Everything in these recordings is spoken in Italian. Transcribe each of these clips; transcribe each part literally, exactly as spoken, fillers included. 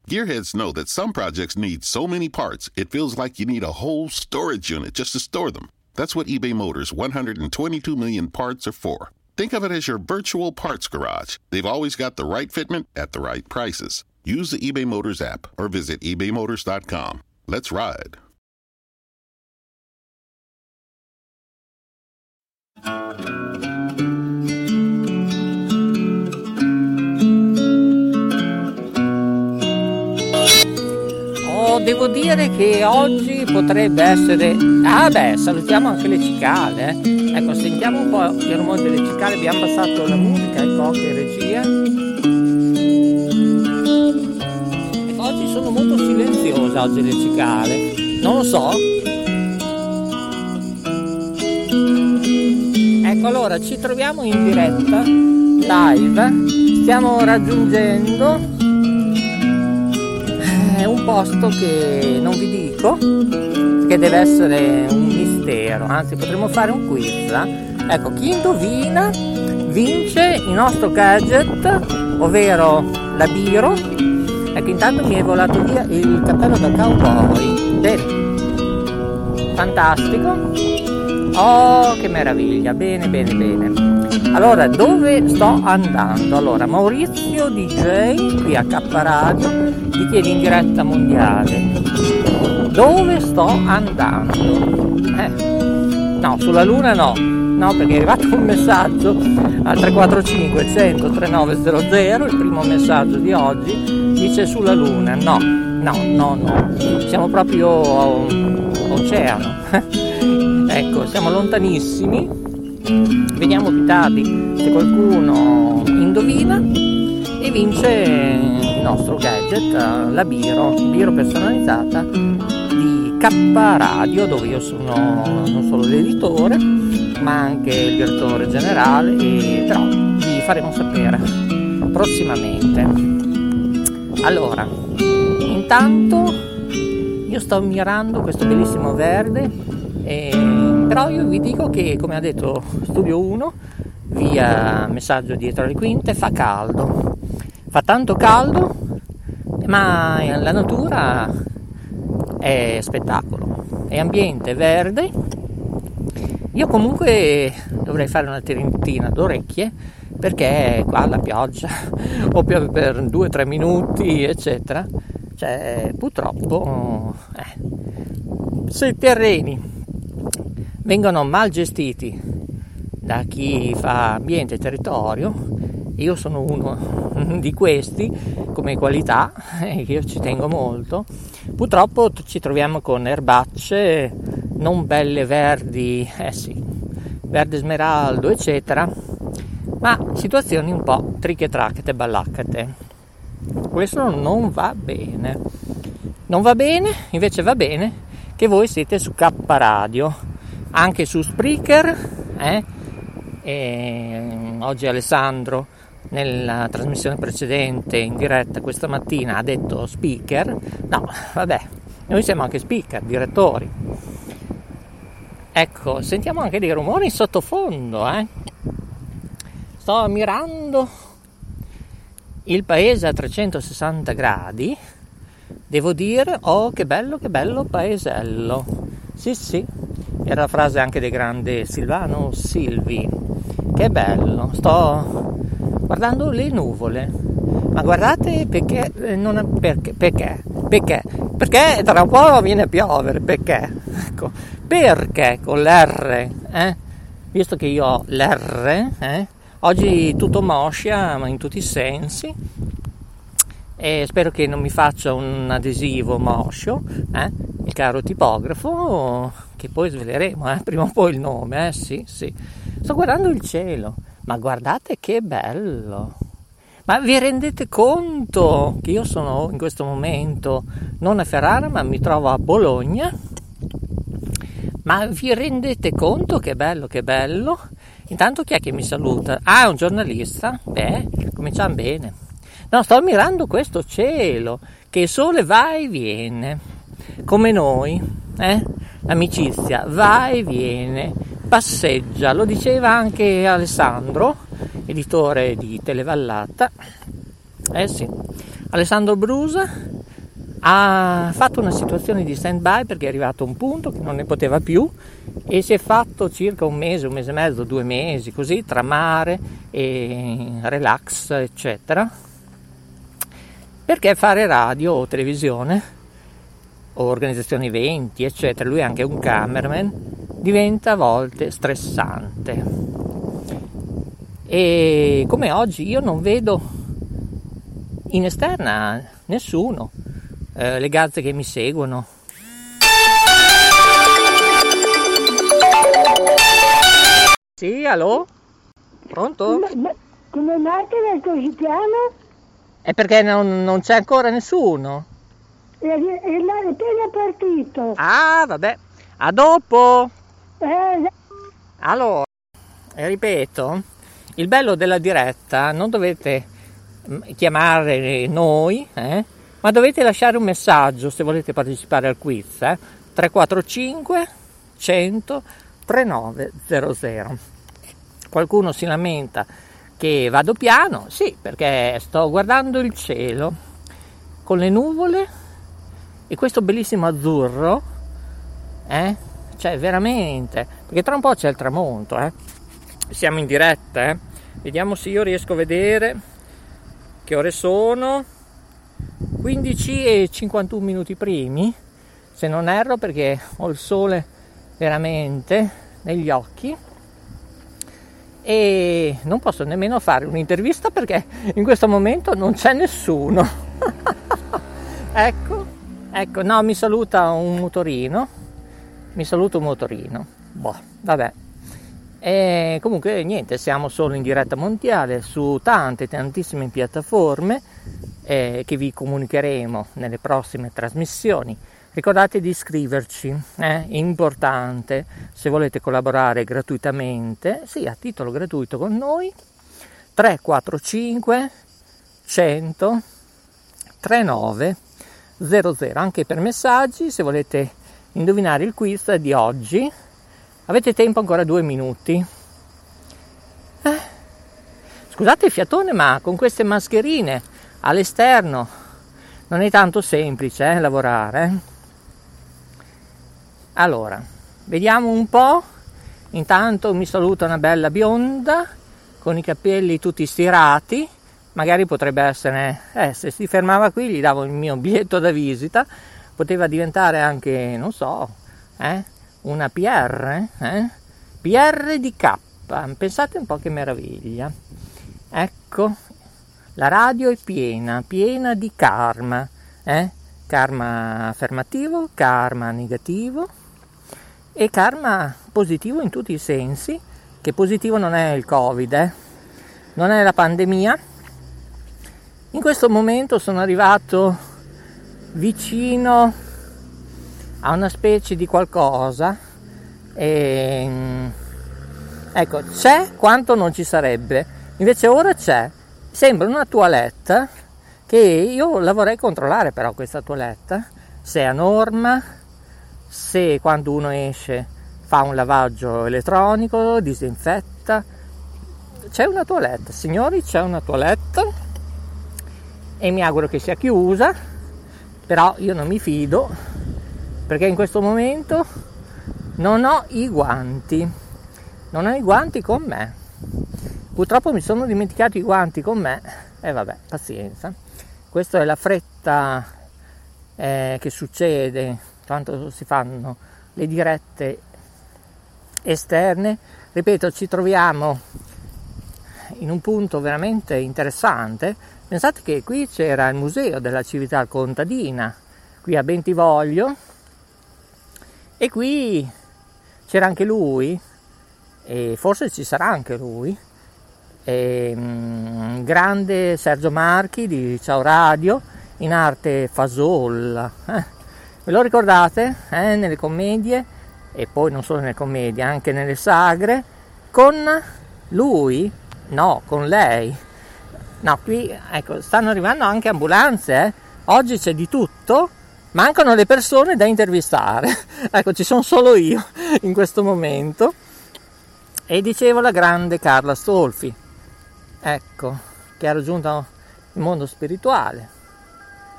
Gearheads know that some projects need so many parts, it feels like you need a whole storage unit just to store them. That's what eBay Motors' one hundred twenty-two million parts are for. Think of it as your virtual parts garage. They've always got the right fitment at the right prices. Use the eBay Motors app or visit ebay motors dot com. Let's ride. Oh, devo dire che oggi potrebbe essere... Ah beh, salutiamo anche le cicale. Eh. Ecco, sentiamo un po' il rumore delle cicale. Abbiamo passato la musica, ecco, che regia. Ecco, oggi sono molto silenziose oggi le cicale. Non lo so. Ecco, allora, ci troviamo in diretta, live. Stiamo raggiungendo... è un posto che non vi dico, che deve essere un mistero, anzi potremmo fare un quiz. Ecco, chi indovina vince il nostro gadget, ovvero la biro. Ecco, intanto mi è volato via il cappello da cowboy. Bene, fantastico. Oh, che meraviglia, bene bene bene. Allora, dove sto andando? Allora, Maurizio D J qui a K Radio ti chiede in diretta mondiale dove sto andando. Eh, no, sulla Luna no, no, perché è arrivato un messaggio al tre quattro cinque cento trentanove zero zero, il primo messaggio di oggi dice sulla Luna. No, no, no, no, siamo proprio oceano. Ecco, siamo lontanissimi. Vediamo più tardi se qualcuno indovina e vince il nostro gadget, la biro, biro personalizzata di K Radio, dove io sono non solo l'editore ma anche il direttore generale, e però vi faremo sapere prossimamente. Allora, intanto io sto ammirando questo bellissimo verde. Eh, però io vi dico che, come ha detto Studio uno via messaggio dietro le quinte, fa caldo, fa tanto caldo, ma la natura è spettacolo, è ambiente verde. Io comunque dovrei fare una tirentina d'orecchie, perché qua la pioggia o per due o tre minuti eccetera, cioè purtroppo eh, se i terreni vengono mal gestiti da chi fa ambiente e territorio, io sono uno di questi come qualità, e io ci tengo molto, purtroppo ci troviamo con erbacce non belle verdi, eh sì, verde smeraldo eccetera, ma situazioni un po' triche tracchete ballaccate. Questo non va bene, non va bene, invece va bene che voi siete su K Radio, anche su Spreaker, eh? E oggi Alessandro nella trasmissione precedente in diretta questa mattina ha detto speaker. No, vabbè, noi siamo anche speaker, direttori. Ecco, sentiamo anche dei rumori in sottofondo, eh? Sto ammirando il paese a trecentosessanta gradi. Devo dire, oh che bello, che bello paesello. Sì, sì. Era la frase anche del grande Silvano Silvi. Che bello, sto guardando le nuvole. Ma guardate perché non perché perché perché perché tra un po' viene a piovere, perché? Ecco, perché con l'R, eh? Visto che io ho l'R, eh? Oggi tutto moscia, ma in tutti i sensi. E spero che non mi faccia un adesivo moscio, eh? Il caro tipografo, che poi sveleremo, eh? Prima o poi il nome, eh? Sì, sì. Sto guardando il cielo, ma guardate che bello! Ma vi rendete conto che io sono in questo momento non a Ferrara, ma mi trovo a Bologna? Ma vi rendete conto che bello, che bello? Intanto chi è che mi saluta? Ah, è un giornalista? Beh, cominciamo bene. No, sto ammirando questo cielo, che il sole va e viene, come noi, eh? L'amicizia va e viene, passeggia, lo diceva anche Alessandro, editore di Televallata. Eh sì. Alessandro Brusa ha fatto una situazione di stand-by perché è arrivato a un punto che non ne poteva più e si è fatto circa un mese, un mese e mezzo, due mesi, così, tra mare e relax, eccetera, perché fare radio o televisione o organizzazione eventi, eccetera, lui è anche un cameraman, diventa a volte stressante. E come oggi io non vedo in esterna nessuno, eh, le gazze che mi seguono. Sì, allo? Pronto? Ma, ma come mai che vai così piano? È perché non, non c'è ancora nessuno. È, è, è appena partito. Ah, vabbè. A dopo. Eh, Allora, ripeto, il bello della diretta, non dovete chiamare noi, eh, ma dovete lasciare un messaggio se volete partecipare al quiz. Eh, tre quattro cinque cento trentanove zero zero. Qualcuno si lamenta che vado piano, sì, perché sto guardando il cielo con le nuvole e questo bellissimo azzurro, eh, cioè veramente, perché tra un po' c'è il tramonto, eh. Siamo in diretta, eh. Vediamo se io riesco a vedere che ore sono. Quindici e cinquantuno minuti primi, se non erro, perché ho il sole veramente negli occhi e non posso nemmeno fare un'intervista perché in questo momento non c'è nessuno. ecco ecco no, mi saluta un motorino mi saluta un motorino boh, vabbè. E comunque niente, siamo solo in diretta mondiale su tante tantissime piattaforme eh, che vi comunicheremo nelle prossime trasmissioni. Ricordate di iscriverci, eh? È importante, se volete collaborare gratuitamente, sì, a titolo gratuito con noi, tre quattro cinque cento trentanove zero zero, anche per messaggi, se volete indovinare il quiz di oggi, avete tempo ancora due minuti. Eh? Scusate il fiatone, ma con queste mascherine all'esterno non è tanto semplice eh, lavorare, eh? Allora, vediamo un po'. Intanto mi saluta una bella bionda con i capelli tutti stirati. Magari potrebbe essere, eh, se si fermava qui gli davo il mio biglietto da visita. Poteva diventare anche, non so, eh, una P R, eh? P R di K. Pensate un po' che meraviglia. Ecco, la radio è piena, piena di karma, eh? Karma affermativo, karma negativo e karma positivo in tutti i sensi, che positivo non è il Covid, eh? Non è la pandemia. In questo momento sono arrivato vicino a una specie di qualcosa e ecco, c'è quanto non ci sarebbe, invece ora c'è, sembra una toilette che io la vorrei controllare, però questa toilette se è a norma, se quando uno esce fa un lavaggio elettronico, disinfetta. C'è una toilette, signori, c'è una toilette e mi auguro che sia chiusa, però io non mi fido perché in questo momento non ho i guanti, non ho i guanti con me, purtroppo mi sono dimenticato i guanti con me e eh, vabbè, pazienza. Questa è la fretta eh, che succede quando si fanno le dirette esterne. Ripeto, ci troviamo in un punto veramente interessante. Pensate che qui c'era il museo della civiltà contadina, qui a Bentivoglio, e qui c'era anche lui, e forse ci sarà anche lui, e, um, grande Sergio Marchi di Ciao Radio, in arte fasolla. Eh, ve lo ricordate? Eh, nelle commedie, e poi non solo nelle commedie, anche nelle sagre, con lui, no, con lei. No, qui, ecco, stanno arrivando anche ambulanze, eh. Oggi c'è di tutto, mancano le persone da intervistare. Ecco, ci sono solo io in questo momento. E dicevo la grande Carla Stolfi, ecco, che ha raggiunto il mondo spirituale.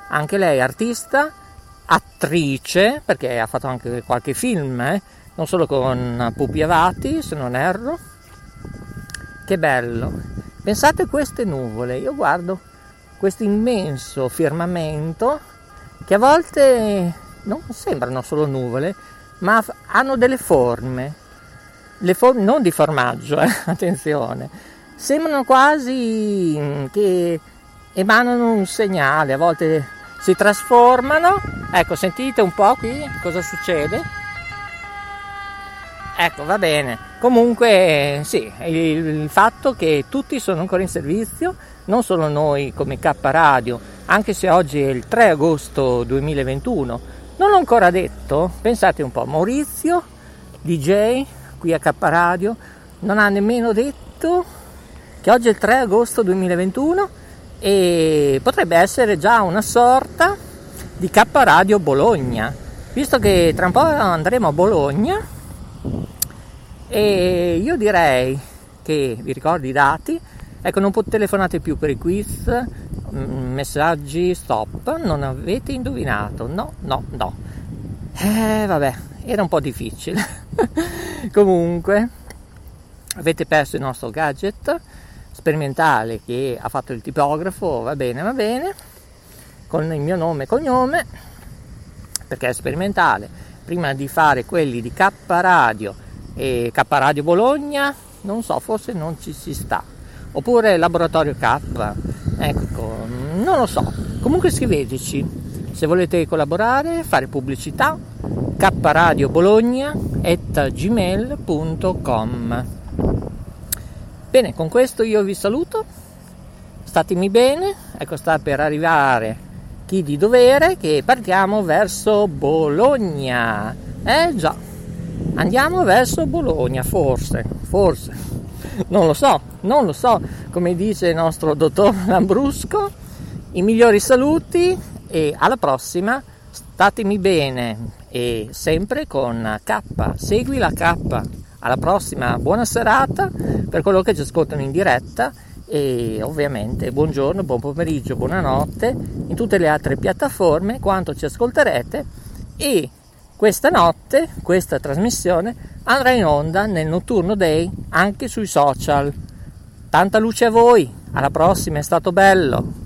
anche lei artista, attrice, perché ha fatto anche qualche film, eh? Non solo con Pupi Avati, se non erro. Che bello! Pensate a queste nuvole, io guardo questo immenso firmamento che a volte non sembrano solo nuvole, ma hanno delle forme, le forme non di formaggio, eh? Attenzione, sembrano quasi che emanano un segnale, a volte si trasformano. Ecco, sentite un po' qui cosa succede. Ecco, va bene. Comunque sì, il, il fatto che tutti sono ancora in servizio, non solo noi come K Radio, anche se oggi è il tre agosto duemilaventuno, non l'ho ancora detto. Pensate un po', Maurizio, D J qui a K Radio, non ha nemmeno detto che oggi è il tre agosto duemilaventuno e potrebbe essere già una sorta di K Radio Bologna, visto che tra un po' andremo a Bologna. E io direi che vi ricordo i dati, ecco, non telefonate più per i quiz, messaggi, stop, non avete indovinato, no, no, no, eh vabbè, era un po' difficile. Comunque avete perso il nostro gadget sperimentale che ha fatto il tipografo, va bene, va bene, con il mio nome e cognome, perché è sperimentale. Prima di fare quelli di K Radio e K Radio Bologna, non so, forse non ci si sta, oppure Laboratorio K, ecco, non lo so. Comunque scriveteci se volete collaborare, fare pubblicità, kradiobologna at gmail punto com. Bene, con questo io vi saluto, statemi bene, ecco, sta per arrivare Chi di Dovere, che partiamo verso Bologna, eh già, andiamo verso Bologna, forse, forse, non lo so, non lo so, come dice il nostro dottor Lambrusco. I migliori saluti e alla prossima, statemi bene e sempre con K, segui la K. Alla prossima, buona serata per quello che ci ascoltano in diretta e ovviamente buongiorno, buon pomeriggio, buonanotte in tutte le altre piattaforme quanto ci ascolterete, e questa notte questa trasmissione andrà in onda nel Notturno Day anche sui social. Tanta luce a voi, alla prossima, è stato bello.